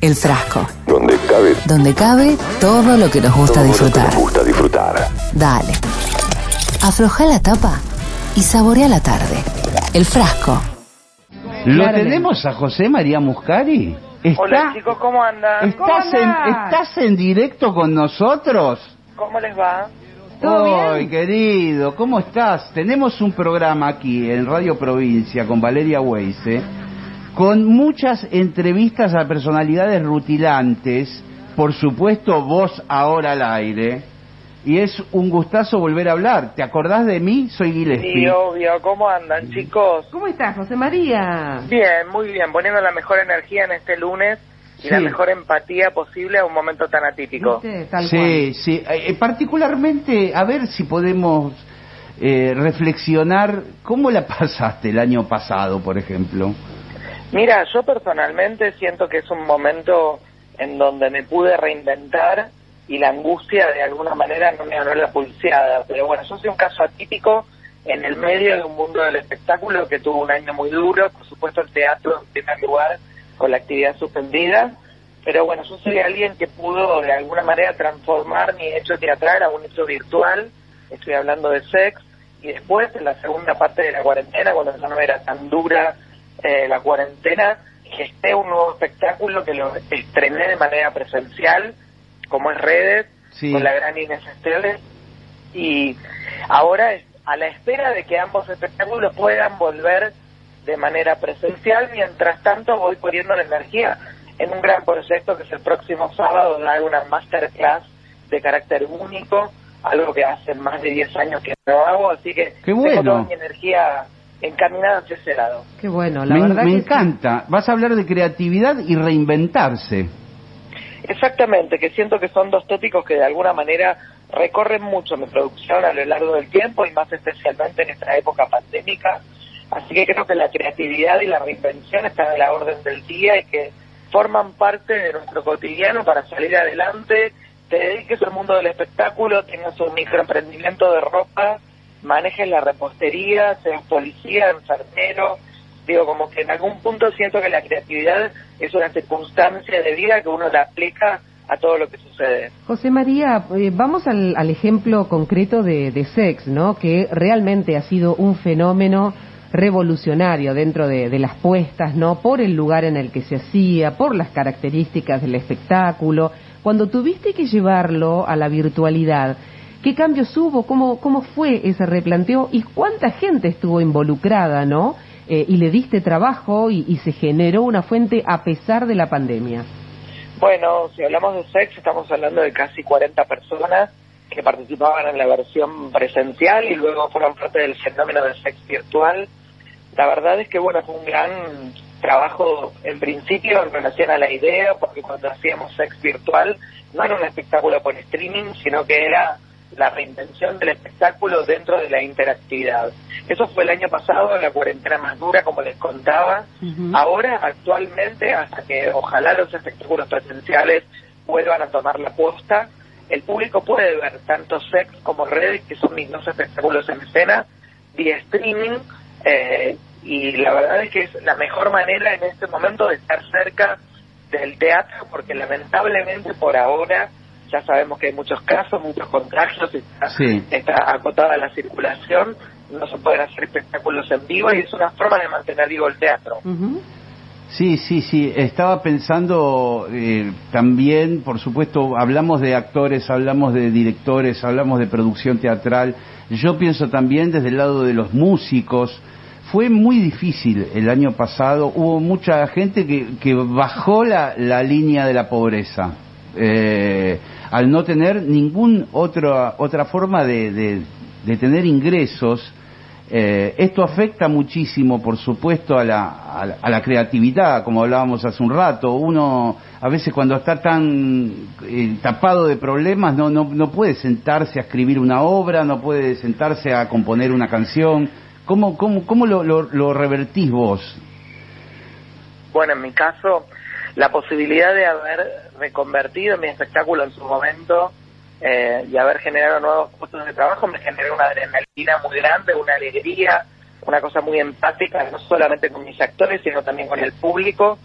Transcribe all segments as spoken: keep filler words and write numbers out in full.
El Frasco. Donde cabe. Donde cabe todo lo que nos gusta todo disfrutar. Lo que nos gusta disfrutar. Dale. Afloja la tapa y saborea la tarde. El Frasco. ¿Lo tenemos a José María Muscari? ¿Está, Hola chicos, ¿cómo andan? ¿Estás, en, ¿Estás en directo con nosotros? ¿Cómo les va? ¿Todo bien? Querido, ¿cómo estás? Tenemos un programa aquí en Radio Provincia con Valeria Weise, con muchas entrevistas a personalidades rutilantes, por supuesto vos ahora al aire, y es un gustazo volver a hablar. ¿Te acordás de mí? Soy Gillespie. Sí, obvio. ¿Cómo andan, chicos? ¿Cómo estás, José María? Bien, muy bien, poniendo la mejor energía en este lunes y sí. la mejor empatía posible a un momento tan atípico. Tal sí, cual. sí, eh, particularmente, a ver si podemos eh, reflexionar, ¿cómo la pasaste el año pasado, por ejemplo? Mira, yo personalmente siento que es un momento en donde me pude reinventar y la angustia de alguna manera no me agarró la pulseada, pero bueno, yo soy un caso atípico en el medio de un mundo del espectáculo que tuvo un año muy duro, por supuesto el teatro en primer lugar con la actividad suspendida, pero bueno, yo soy alguien que pudo de alguna manera transformar mi hecho teatral a un hecho virtual, estoy hablando de Sex, y después en la segunda parte de la cuarentena, cuando ya no era tan dura eh, la cuarentena, gesté un nuevo espectáculo que lo estrené de manera presencial, como es Redes, sí. con la gran Inés Esteves, y ahora es a la espera de que ambos espectáculos puedan volver de manera presencial. Mientras tanto voy poniendo la energía en un gran proyecto que es el próximo sábado, dar una masterclass de carácter único, algo que hace más de diez años que no hago, así que Qué bueno. tengo toda mi energía encaminada hacia ese lado. Qué bueno, la me, verdad me que encanta. Sí. Vas a hablar de creatividad y reinventarse. Exactamente, que siento que son dos tópicos que de alguna manera recorren mucho mi producción a lo largo del tiempo y más especialmente en esta época pandémica. Así que creo que la creatividad y la reinvención están en la orden del día y que forman parte de nuestro cotidiano para salir adelante. Te dediques al mundo del espectáculo, tengas un microemprendimiento de ropa, manejes la repostería, seas policía, enfermero. Digo, como que en algún punto siento que la creatividad es una circunstancia de vida que uno la aplica a todo lo que sucede. José María, eh, vamos al, al ejemplo concreto de, de Sex, ¿no? Que realmente ha sido un fenómeno revolucionario dentro de, de las puestas, ¿no? Por el lugar en el que se hacía, por las características del espectáculo. Cuando tuviste que llevarlo a la virtualidad, ¿qué cambios hubo? ¿Cómo, cómo fue ese replanteo? ¿Y cuánta gente estuvo involucrada, no? Eh, y le diste trabajo y, y se generó una fuente a pesar de la pandemia. Bueno, si hablamos de Sex, estamos hablando de casi cuarenta personas que participaban en la versión presencial y luego fueron parte del fenómeno de Sex virtual. La verdad es que, bueno, fue un gran trabajo en principio en relación a la idea, porque cuando hacíamos Sex virtual no era un espectáculo por streaming, sino que era la reinvención del espectáculo dentro de la interactividad. Eso fue el año pasado, la cuarentena más dura, como les contaba. Uh-huh. Ahora, actualmente, hasta que ojalá los espectáculos presenciales vuelvan a tomar la posta, el público puede ver tanto Sex como Redes, que son mis dos espectáculos en escena, vía streaming, eh, y la verdad es que es la mejor manera en este momento de estar cerca del teatro, porque lamentablemente por ahora ya sabemos que hay muchos casos, muchos contagios, está, sí. está acotada la circulación, no se pueden hacer espectáculos en vivo y es una forma de mantener vivo el teatro. Uh-huh. Sí, sí, sí, estaba pensando eh, también, por supuesto, hablamos de actores, hablamos de directores, hablamos de producción teatral, yo pienso también desde el lado de los músicos. Fue muy difícil el año pasado, hubo mucha gente que, que bajó la, la línea de la pobreza. Eh, al no tener ninguna otra otra forma de, de, de tener ingresos, eh, esto afecta muchísimo, por supuesto, a la, a la a la creatividad, como hablábamos hace un rato. Uno a veces cuando está tan eh, tapado de problemas no no no puede sentarse a escribir una obra, no puede sentarse a componer una canción. ¿Cómo cómo cómo lo, lo, lo revertís vos? Bueno, en mi caso, la posibilidad de haber reconvertido mi espectáculo en su momento eh, y haber generado nuevos puestos de trabajo me generó una adrenalina muy grande, una alegría, una cosa muy empática, no solamente con mis actores, sino también con el público.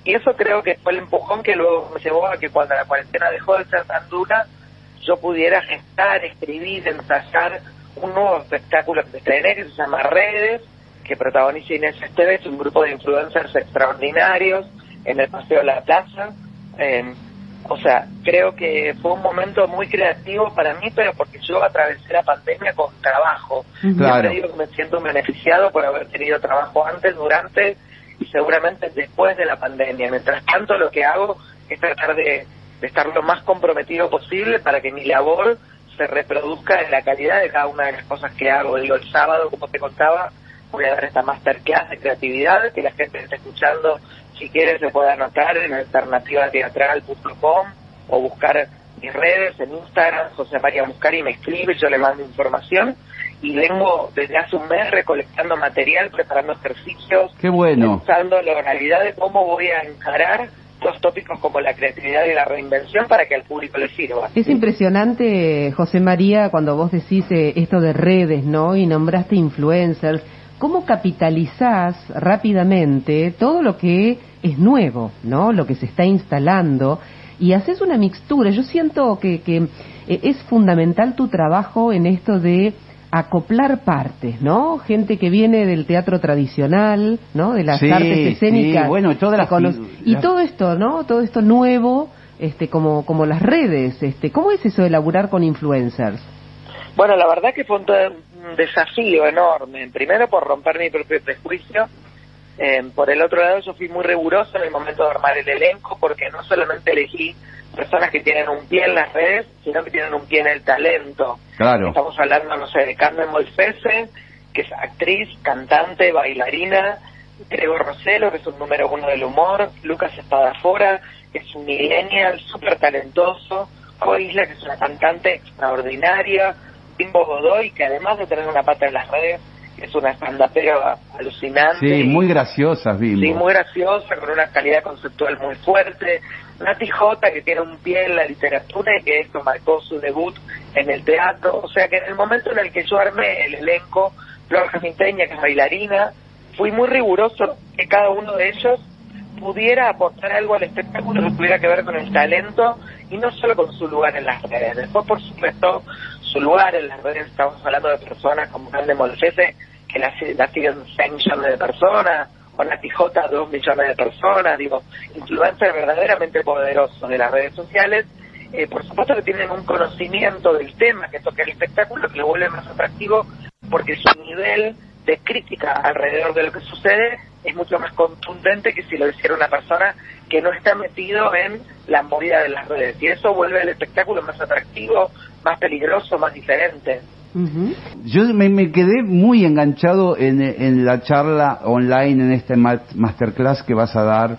Y eso creo que fue el empujón que luego me llevó a que cuando la cuarentena dejó de ser tan dura, yo pudiera gestar, escribir, ensayar un nuevo espectáculo que estrené, que se llama Redes, que protagoniza Inés Esteves, un grupo de influencers extraordinarios en el Paseo de la Plaza. Eh, o sea, creo que fue un momento muy creativo para mí, pero porque yo atravesé la pandemia con trabajo. Claro. Yo digo que me siento beneficiado por haber tenido trabajo antes, durante y seguramente después de la pandemia. Mientras tanto, lo que hago es tratar de, de estar lo más comprometido posible para que mi labor se reproduzca en la calidad de cada una de las cosas que hago. Digo, el sábado, como te contaba, voy a dar esta masterclass de creatividad, que la gente que está escuchando, si quiere, se puede anotar en alternativa teatral punto com o buscar mis redes en Instagram, José María Muscari, me escribe, yo le mando información, y vengo desde hace un mes recolectando material, preparando ejercicios. Qué bueno. Pensando en la realidad de cómo voy a encarar los tópicos como la creatividad y la reinvención para que al público le sirva. Es impresionante, José María, cuando vos decís eh, esto de redes, ¿no? Y nombraste influencers. ¿Cómo capitalizás rápidamente todo lo que es nuevo, ¿no? Lo que se está instalando, y haces una mixtura? Yo siento que, que eh, es fundamental tu trabajo en esto de acoplar partes, ¿no? Gente que viene del teatro tradicional, ¿no? De las sí, artes escénicas. Sí, bueno, y todas las... cono- y las... todo esto, ¿no? Todo esto nuevo, este, como, como las redes, este, ¿cómo es eso de laburar con influencers? Bueno, la verdad que fue un, un desafío enorme. Primero por romper mi propio prejuicio. Eh, por el otro lado, yo fui muy riguroso en el momento de armar el elenco, porque no solamente elegí personas que tienen un pie en las redes, sino que tienen un pie en el talento. Claro. Estamos hablando, no sé, de Carmen Molfese, que es actriz, cantante, bailarina, Gregor Rossello, que es un número uno del humor, Lucas Espadafora, que es un millennial súper talentoso, Jo Isla, que es una cantante extraordinaria, Bimbo Godoy, que además de tener una pata en las redes, es una stand-upera alucinante. Sí, muy graciosas, Bimbo. Sí, muy graciosa, con una calidad conceptual muy fuerte. Nati Jota, que tiene un pie en la literatura y que esto marcó su debut en el teatro. O sea que en el momento en el que yo armé el elenco, Flor Jacinteña, que es bailarina, fui muy riguroso que cada uno de ellos pudiera aportar algo al espectáculo que tuviera que ver con el talento y no solo con su lugar en las redes. Después, por supuesto, su lugar en las redes, estamos hablando de personas como Carmen Molfese, que la, la siguen seis millones de personas, o Nati Jota, dos millones de personas, digo, influencers verdaderamente poderosos de las redes sociales. Eh, por supuesto que tienen un conocimiento del tema que toca el espectáculo, que lo vuelve más atractivo, porque su nivel de crítica alrededor de lo que sucede es mucho más contundente que si lo hiciera una persona que no está metido en la movida de las redes, y eso vuelve al espectáculo más atractivo, más peligroso, más diferente. Uh-huh. Yo me, me quedé muy enganchado en, en la charla online, en este masterclass que vas a dar,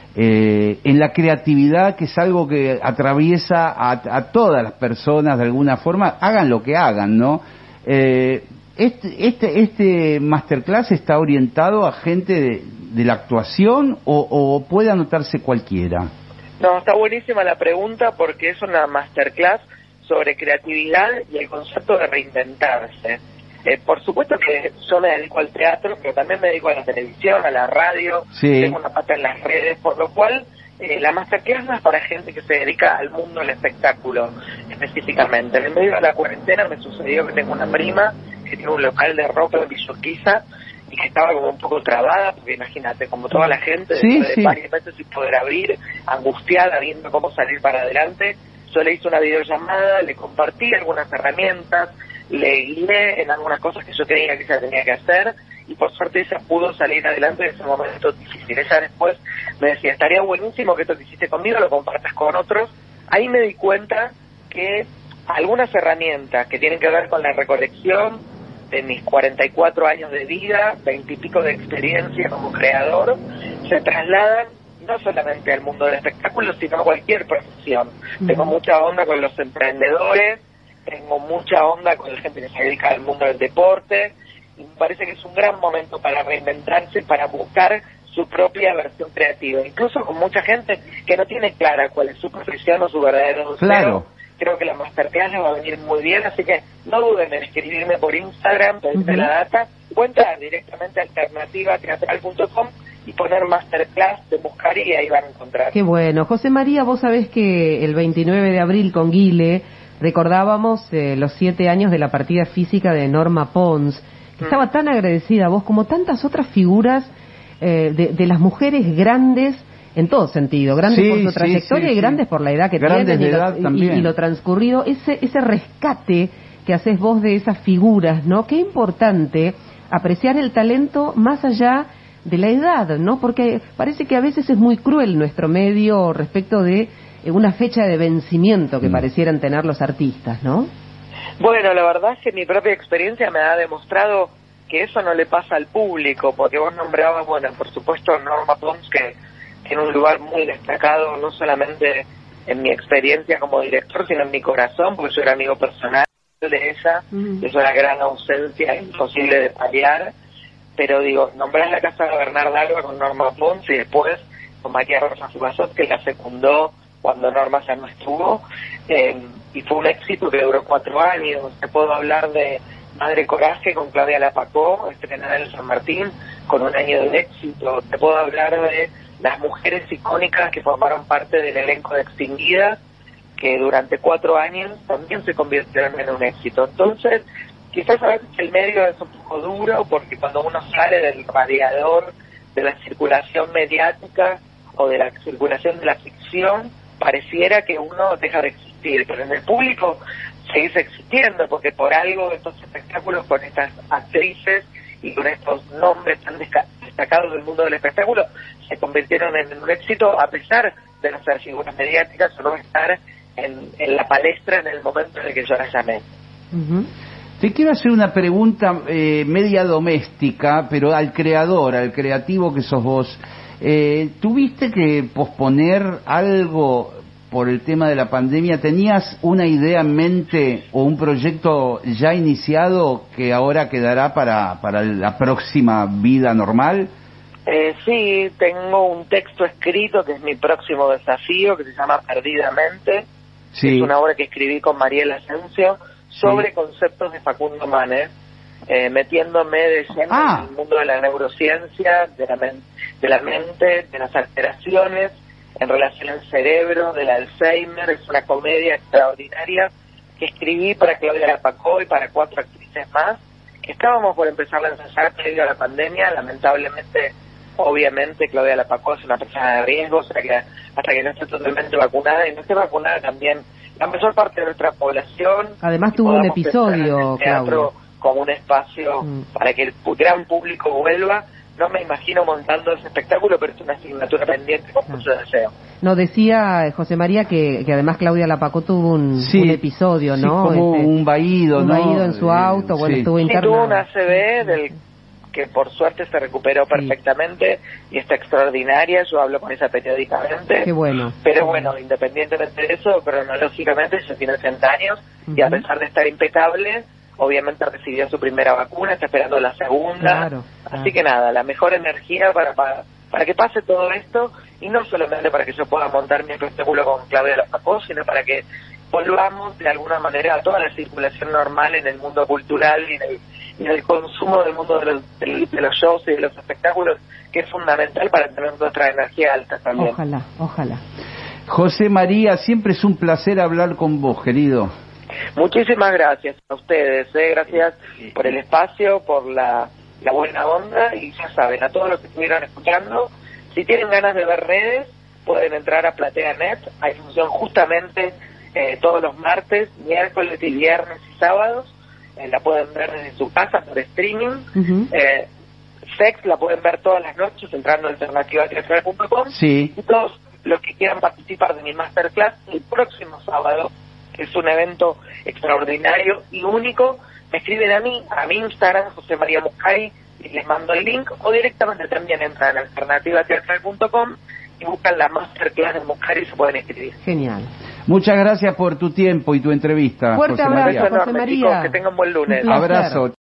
eh, en la creatividad, que es algo que atraviesa a, a todas las personas de alguna forma, hagan lo que hagan, ¿no? Eh, este, este, este masterclass está orientado a gente de, de la actuación, o, o puede anotarse cualquiera. No, está buenísima la pregunta, porque es una masterclass sobre creatividad y el concepto de reinventarse. Eh, por supuesto que yo me dedico al teatro, pero también me dedico a la televisión, a la radio, sí. Tengo una pata en las redes, por lo cual eh, la masterclass no es para gente que se dedica al mundo del espectáculo específicamente. En medio de la cuarentena me sucedió que tengo una prima que tiene un local de ropa en Villa Urquiza y que estaba como un poco trabada, porque imagínate, como toda la gente, sí, después sí. de varios meses sin poder abrir, angustiada, viendo cómo salir para adelante. Yo le hice una videollamada, le compartí algunas herramientas, le guié en algunas cosas que yo creía que ella tenía que hacer, y por suerte ella pudo salir adelante de ese momento difícil. Ella después me decía, estaría buenísimo que esto que hiciste conmigo lo compartas con otros. Ahí me di cuenta que algunas herramientas que tienen que ver con la recolección de mis cuarenta y cuatro años de vida, veinte y pico de experiencia como creador, se trasladan no solamente al mundo del espectáculo, sino a cualquier profesión. Uh-huh. Tengo mucha onda con los emprendedores, tengo mucha onda con la gente que se dedica al mundo del deporte, y me parece que es un gran momento para reinventarse, para buscar su propia versión creativa, incluso con mucha gente que no tiene clara cuál es su profesión o su verdadero deseo. Claro. Creo que la masterclass les va a venir muy bien, así que no duden en escribirme por Instagram, pedirme uh-huh. la data, o entrar directamente a alternativa teatral punto com y poner masterclass de Muscari y ahí van a encontrar. Qué bueno. José María, vos sabés que el veintinueve de abril con Guile recordábamos eh, los siete años de la partida física de Norma Pons, que mm. estaba tan agradecida a vos como tantas otras figuras eh, de, de las mujeres grandes en todo sentido, grandes sí, por su trayectoria sí, sí, y grandes sí. por la edad que grandes tienen y, edad lo, y, y lo transcurrido, ese, ese rescate que haces vos de esas figuras, ¿no? Qué importante apreciar el talento más allá de la edad, ¿no? Porque parece que a veces es muy cruel nuestro medio respecto de eh, una fecha de vencimiento que mm. parecieran tener los artistas, ¿no? Bueno, la verdad es que mi propia experiencia me ha demostrado que eso no le pasa al público, porque vos nombrabas, bueno, por supuesto Norma Pons, que tiene un lugar muy destacado, no solamente en mi experiencia como director, sino en mi corazón, porque yo era amigo personal de ella, mm. es una gran ausencia imposible de paliar. Pero digo, nombrás la Casa de Bernarda Alba con Norma Pons y después con María Rosa Fugazot, que la secundó cuando Norma ya no estuvo, eh, y fue un éxito que duró cuatro años. Te puedo hablar de Madre Coraje con Claudia Lapacó, estrenada en San Martín, con un año de éxito. Te puedo hablar de las mujeres icónicas que formaron parte del elenco de Extinguidas, que durante cuatro años también se convirtieron en un éxito. Entonces, quizás a veces el medio es un poco duro porque cuando uno sale del radiador de la circulación mediática o de la circulación de la ficción, pareciera que uno deja de existir, pero en el público seguís existiendo, porque por algo estos espectáculos con estas actrices y con estos nombres tan destacados del mundo del espectáculo se convirtieron en un éxito a pesar de no ser figuras mediáticas o no estar en, en la palestra en el momento en el que yo las llamé. Uh-huh. Te quiero hacer una pregunta eh, media doméstica, pero al creador, al creativo que sos vos. Eh, ¿Tuviste que posponer algo por el tema de la pandemia? ¿Tenías una idea en mente o un proyecto ya iniciado que ahora quedará para, para la próxima vida normal? Eh, sí, tengo un texto escrito que es mi próximo desafío, que se llama Perdidamente. Sí. Es una obra que escribí con Mariela Asensio sobre sí. conceptos de Facundo Manes, eh, metiéndome de lleno ah. en el mundo de la neurociencia, de la, men- de la mente, de las alteraciones en relación al cerebro, del Alzheimer. Es una comedia extraordinaria que escribí para Claudia Lapacó y para cuatro actrices más, que estábamos por empezar a ensayar previo a la pandemia. Lamentablemente, obviamente, Claudia Lapacó es una persona de riesgo, o sea que hasta que no esté totalmente vacunada, y no esté vacunada también la mayor parte de nuestra población. Además tuvo un episodio, teatro como un espacio mm. para que el gran público vuelva. No me imagino montando ese espectáculo, pero es una asignatura pendiente con mucho deseo. No, decía José María que, que además Claudia Lapacó tuvo un, sí, un episodio, sí, ¿no? Como este, un vaído, un ¿no? vaído en su auto, bueno, sí. estuvo sí, internado. tuvo una A C V del que por suerte se recuperó perfectamente sí. y está extraordinaria. Yo hablo con ella periódicamente. Qué bueno. Pero bueno, independientemente de eso, cronológicamente ella tiene ochenta años uh-huh. y a pesar de estar impecable, obviamente recibió su primera vacuna, está esperando la segunda. Claro, Así claro. que nada, la mejor energía para, para para que pase todo esto, y no solamente para que yo pueda montar mi espectáculo con Claudia Lapacó, sino para que volvamos de alguna manera a toda la circulación normal en el mundo cultural y en el, y en el consumo del mundo de los, de, de los shows y de los espectáculos, que es fundamental para tener nuestra energía alta también. Ojalá, ojalá. José María, siempre es un placer hablar con vos, querido. Muchísimas gracias a ustedes, ¿eh? Gracias por el espacio, por la, la buena onda, y ya saben, a todos los que estuvieron escuchando, si tienen ganas de ver redes, pueden entrar a Platea Net. Hay función justamente eh, todos los martes, miércoles y viernes y sábados. Eh, la pueden ver desde su casa por streaming. Uh-huh. eh, Sex la pueden ver todas las noches entrando a alternativa teatral punto com. Sí. Y todos los que quieran participar de mi masterclass el próximo sábado, que es un evento extraordinario y único, me escriben a mí, a mi Instagram, José María Muscari, y les mando el link, o directamente también entran a alternativa teatral punto com y buscan la masterclass de Muscari y se pueden inscribir. Genial. Muchas gracias por tu tiempo y tu entrevista, Fuerte José abrazo, María. José María. Chicos, que tengan buen lunes. Abrazo.